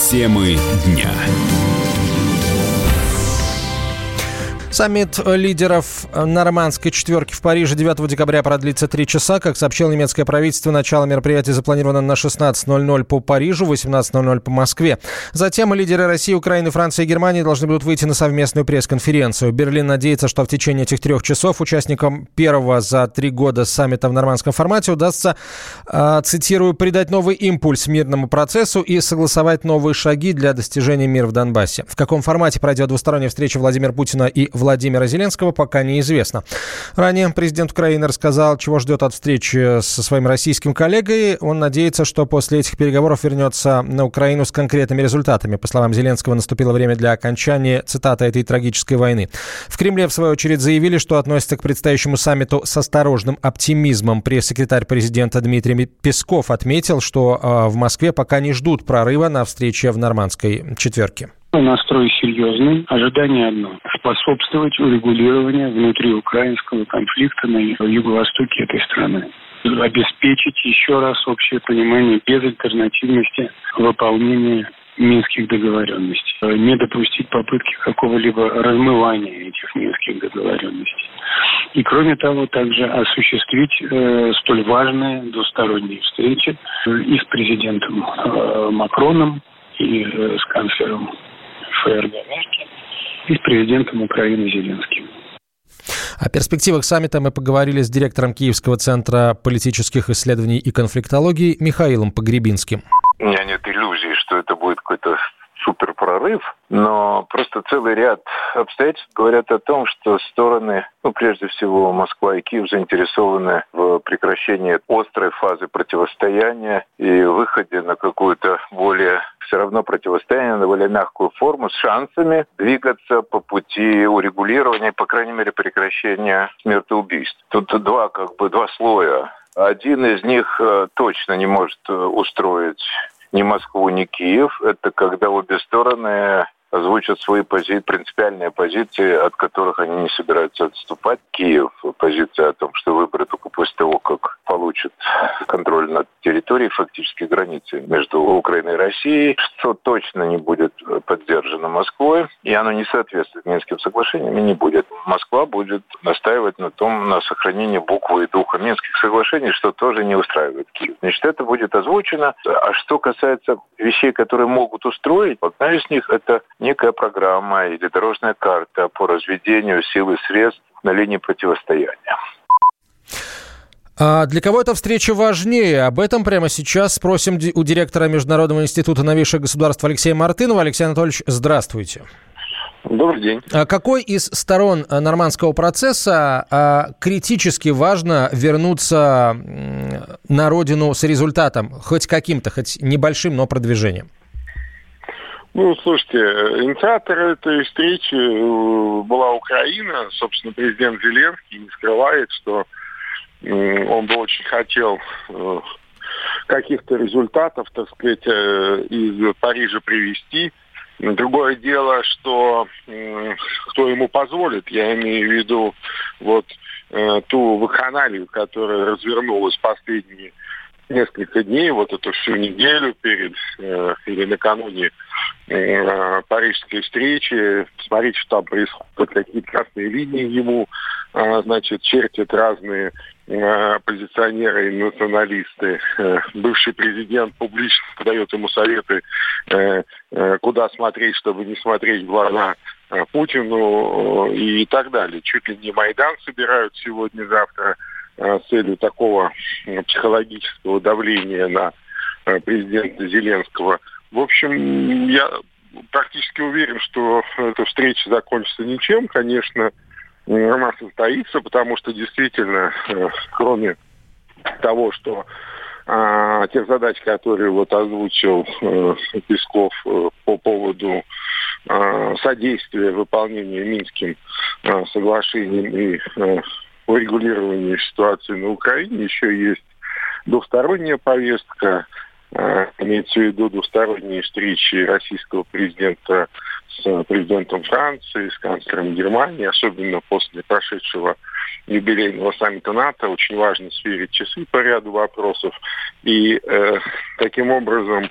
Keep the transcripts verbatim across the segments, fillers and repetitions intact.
Темы дня. Саммит лидеров нормандской четверки в Париже девятого декабря продлится три часа. Как сообщило немецкое правительство, начало мероприятия запланировано на шестнадцать ноль ноль по Парижу, восемнадцать ноль ноль по Москве. Затем лидеры России, Украины, Франции и Германии должны будут выйти на совместную пресс-конференцию. Берлин надеется, что в течение этих трех часов участникам первого за три года саммита в нормандском формате удастся, э, цитирую, «придать новый импульс мирному процессу и согласовать новые шаги для достижения мира в Донбассе». В каком формате пройдет двусторонняя встреча Владимира Путина и Владимира Зеленского, пока неизвестно. Ранее президент Украины рассказал, чего ждет от встречи со своим российским коллегой. Он надеется, что после этих переговоров вернется на Украину с конкретными результатами. По словам Зеленского, наступило время для окончания, цитата, этой трагической войны. В Кремле, в свою очередь, заявили, что относятся к предстоящему саммиту с осторожным оптимизмом. Пресс-секретарь президента Дмитрий Песков отметил, что э, в Москве пока не ждут прорыва на встрече в нормандской четверке. Настрой серьезный. Ожидание одно – способствовать урегулированию внутриукраинского конфликта на юго-востоке этой страны. Обеспечить еще раз общее понимание безальтернативности выполнения минских договоренностей. Не допустить попытки какого-либо размывания этих минских договоренностей. И, кроме того, также осуществить э, столь важные двусторонние встречи и с президентом э, Макроном, и э, с канцлером ФРГ Меркель, и с президентом Украины Зеленским. О перспективах саммита мы поговорили с директором Киевского центра политических исследований и конфликтологии Михаилом Погребинским. У меня нет иллюзий, что это будет какой-то суперпрорыв, но просто целый ряд обстоятельств говорят о том, что стороны, ну, прежде всего, Москва и Киев заинтересованы в прекращении острой фазы противостояния и выходе на какую-то более, все равно противостояние, на более мягкую форму с шансами двигаться по пути урегулирования, по крайней мере, прекращения смертоубийств. Тут два, как бы, два слоя. Один из них э, точно не может э, устроить ни Москву, ни Киев. Это когда обе стороны озвучат свои пози- принципиальные позиции, от которых они не собираются отступать. Киев – позиция о том, что выборы только после того, как получат контроль над территорией, фактически границей между Украиной и Россией, что точно не будет поддержано Москвой, и оно не соответствует Минским соглашениям и не будет. Москва будет настаивать на том, на сохранении буквы и духа Минских соглашений, что тоже не устраивает Киев. Значит, это будет озвучено. А что касается вещей, которые могут устроить, одна из них – это некая программа или дорожная карта по разведению сил и средств на линии противостояния. А для кого эта встреча важнее? Об этом прямо сейчас спросим у директора Международного института новейших государств Алексея Мартынова. Алексей Анатольевич, здравствуйте. Добрый день. А какой из сторон нормандского процесса а, критически важно вернуться на родину с результатом, хоть каким-то, хоть небольшим, но продвижением? Ну, слушайте, инициатором этой встречи была Украина. Собственно, президент Зеленский не скрывает, что он бы очень хотел каких-то результатов, так сказать, из Парижа привести. Другое дело, что кто ему позволит, я имею в виду вот ту вакханалию, которая развернулась последние несколько дней, вот эту всю неделю перед э, или накануне э, парижской встречи. Смотрите, что там происходит, какие красные линии ему, э, значит, чертят разные э, оппозиционеры и националисты. Э, бывший президент публично дает ему советы, э, э, куда смотреть, чтобы не смотреть в глаза э, Путину э, и так далее. Чуть ли не Майдан собирают сегодня-завтра с целью такого психологического давления на президента Зеленского. В общем, я практически уверен, что эта встреча закончится ничем. Конечно, она состоится, потому что действительно, кроме того, что а, тех задач, которые вот озвучил а, Песков а, по поводу а, содействия выполнению Минским а, соглашениям и а, урегулировании ситуации на Украине, еще есть двусторонняя повестка, имеется в виду двусторонние встречи российского президента с президентом Франции, с канцлером Германии, особенно после прошедшего юбилейного саммита НАТО. Очень важно сверить часы по ряду вопросов. И э, таким образом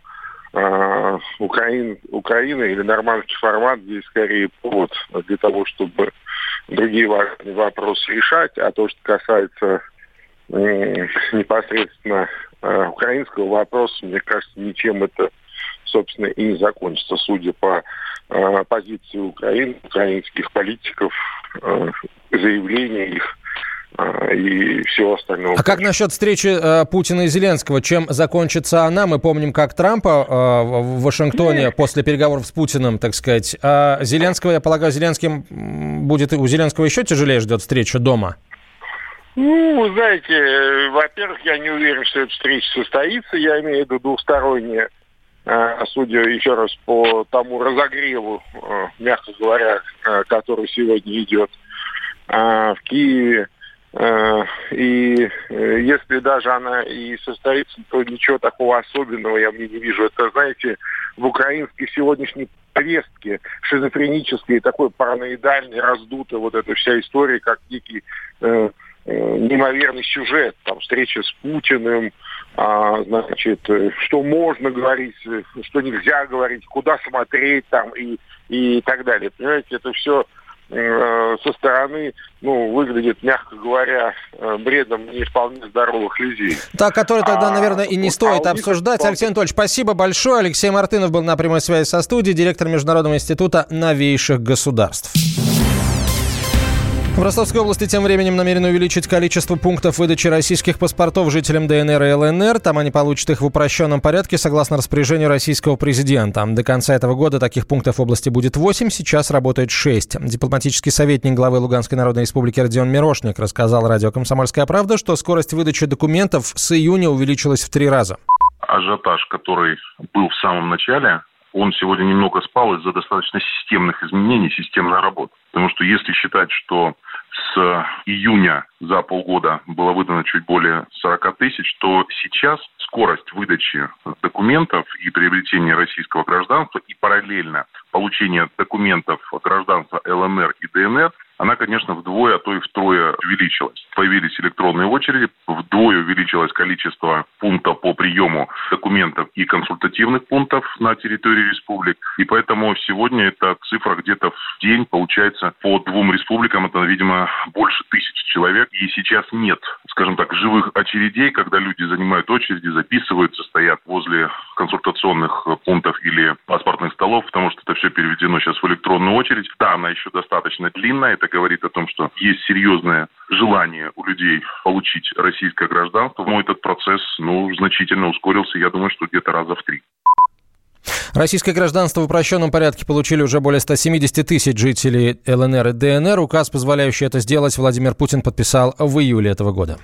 э, Украина, Украина или нормандский формат здесь скорее повод для того, чтобы другие важные вопросы решать. А то, что касается э, непосредственно э, украинского вопроса, мне кажется, ничем это, собственно, и не закончится, судя по э, позиции Украины, украинских политиков, э, заявлениям их э, и всего остального. А как насчет встречи э, Путина и Зеленского? Чем закончится она? Мы помним, как Трампа э, в Вашингтоне Нет. после переговоров с Путиным, так сказать. А Зеленского, я полагаю, Зеленским будет, у Зеленского еще тяжелее ждет встреча дома? Ну, вы знаете, во-первых, я не уверен, что эта встреча состоится. Я имею в виду двусторонние. Судя еще раз по тому разогреву, мягко говоря, который сегодня идет в Киеве. И если даже она и состоится, то ничего такого особенного я мне не вижу. Это, знаете, в украинской сегодняшней повестке шизофренической, такой параноидальной, раздутой вот эта вся история, как некий э, э, неимоверный сюжет. Там встреча с Путиным, а, значит, что можно говорить, что нельзя говорить, куда смотреть там и, и так далее. Понимаете, это все э, со стороны, ну, выглядит, мягко говоря, бредом не вполне здоровых людей. Так, который тогда, наверное, и не а, стоит а обсуждать. вполне... Алексей Анатольевич, спасибо большое. Алексей Мартынов был на прямой связи со студией, директор Международного института новейших государств. В Ростовской области тем временем намерены увеличить количество пунктов выдачи российских паспортов жителям ДНР и ЛНР. Там они получат их в упрощенном порядке согласно распоряжению российского президента. До конца этого года таких пунктов в области будет восемь, сейчас работает шесть. Дипломатический советник главы Луганской Народной Республики Родион Мирошник рассказал радио «Комсомольская правда», что скорость выдачи документов с июня увеличилась в три раза. Ажиотаж, который был в самом начале, он сегодня немного спал из-за достаточно системных изменений, системной работы. Потому что если считать, что с июня за полгода было выдано чуть более сорок тысяч, то сейчас скорость выдачи документов и приобретения российского гражданства и параллельно получения документов гражданства ЛНР и ДНР, она, конечно, вдвое, а то и втрое увеличилась. Появились электронные очереди, вдвое увеличилось количество пунктов по приему документов и консультативных пунктов на территории республик. И поэтому сегодня эта цифра где-то в день получается по двум республикам, это, видимо, больше тысячи человек. И сейчас нет, скажем так, живых очередей, когда люди занимают очереди, записываются, стоят возле консультационных пунктов или паспортных столов, потому что это все переведено сейчас в электронную очередь. Да, она еще достаточно длинная, это говорит о том, что есть серьезное желание у людей получить российское гражданство. Но этот процесс, ну, значительно ускорился, я думаю, что где-то раза в три. Российское гражданство в упрощенном порядке получили уже более ста семидесяти тысяч жителей ЛНР и ДНР. Указ, позволяющий это сделать, Владимир Путин подписал в июле этого года.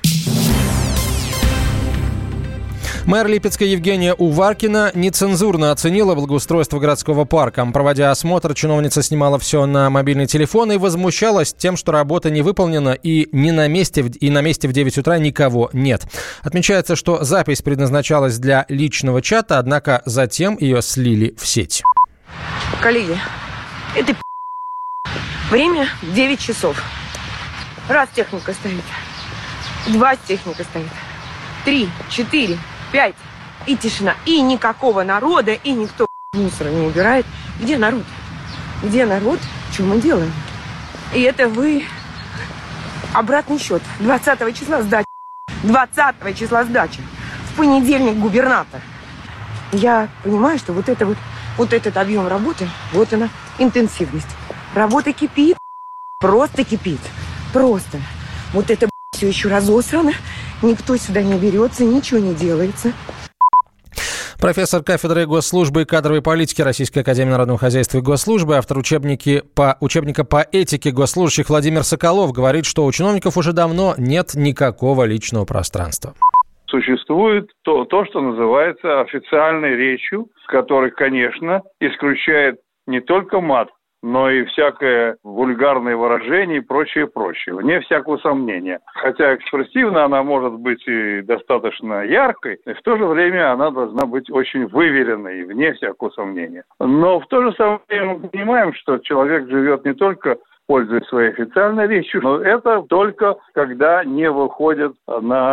Мэр Липецка Евгения Уваркина нецензурно оценила благоустройство городского парка. Проводя осмотр, чиновница снимала все на мобильный телефон и возмущалась тем, что работа не выполнена и, не на месте, и на месте в девять утра никого нет. Отмечается, что запись предназначалась для личного чата, однако затем ее слили в сеть. Коллеги, это время девять часов. Раз техника стоит, два техника стоит, три, четыре, пять. И тишина. И никакого народа, и никто мусор не убирает. Где народ? Где народ? Что мы делаем? И это вы... Обратный счет. двадцатого числа сдача. двадцатого числа сдача. В понедельник губернатор. Я понимаю, что вот это вот, вот этот объем работы, вот она, интенсивность. Работа кипит. Просто кипит. Просто. Вот это все еще разосрано. Никто сюда не берется, ничего не делается. Профессор кафедры госслужбы и кадровой политики Российской академии народного хозяйства и госслужбы, автор учебники по, учебника по этике госслужащих Владимир Соколов говорит, что у чиновников уже давно нет никакого личного пространства. Существует то, то, что называется официальной речью, которая, конечно, исключает не только мат, но и всякое вульгарное выражение и прочее, прочее, вне всякого сомнения. Хотя экспрессивно она может быть и достаточно яркой, и в то же время она должна быть очень выверенной, вне всякого сомнения. Но в то же самое время мы понимаем, что человек живет не только пользуясь своей официальной речью, но это только когда не выходит на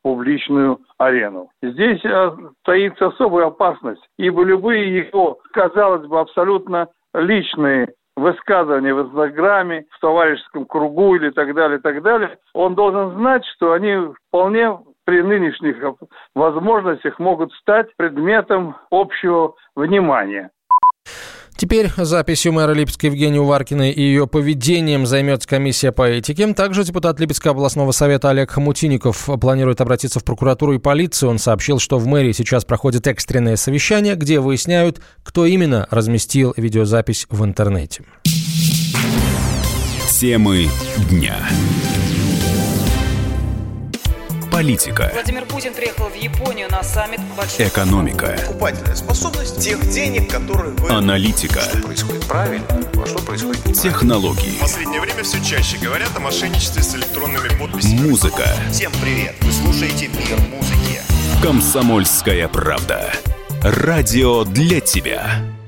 публичную арену. Здесь таится особая опасность, ибо любые его, казалось бы, абсолютно личные высказывания в Инстаграме, в товарищеском кругу или так далее, так далее, он должен знать, что они вполне при нынешних возможностях могут стать предметом общего внимания. Теперь записью мэра Липецка Евгении Уваркиной и ее поведением займется комиссия по этике. Также депутат Липецкого областного совета Олег Хомутинников планирует обратиться в прокуратуру и полицию. Он сообщил, что в мэрии сейчас проходит экстренное совещание, где выясняют, кто именно разместил видеозапись в интернете. Темы дня. Политика. Владимир Путин приехал в Японию на саммит большой... Экономика. Покупательная способность тех денег, которые вы... Аналитика. Что происходит правильно, а что происходит неправильно. Технологии. В последнее время все чаще говорят о мошенничестве с электронными подписями. Музыка. Всем привет, вы слушаете «Мир музыки». Комсомольская правда. Радио для тебя.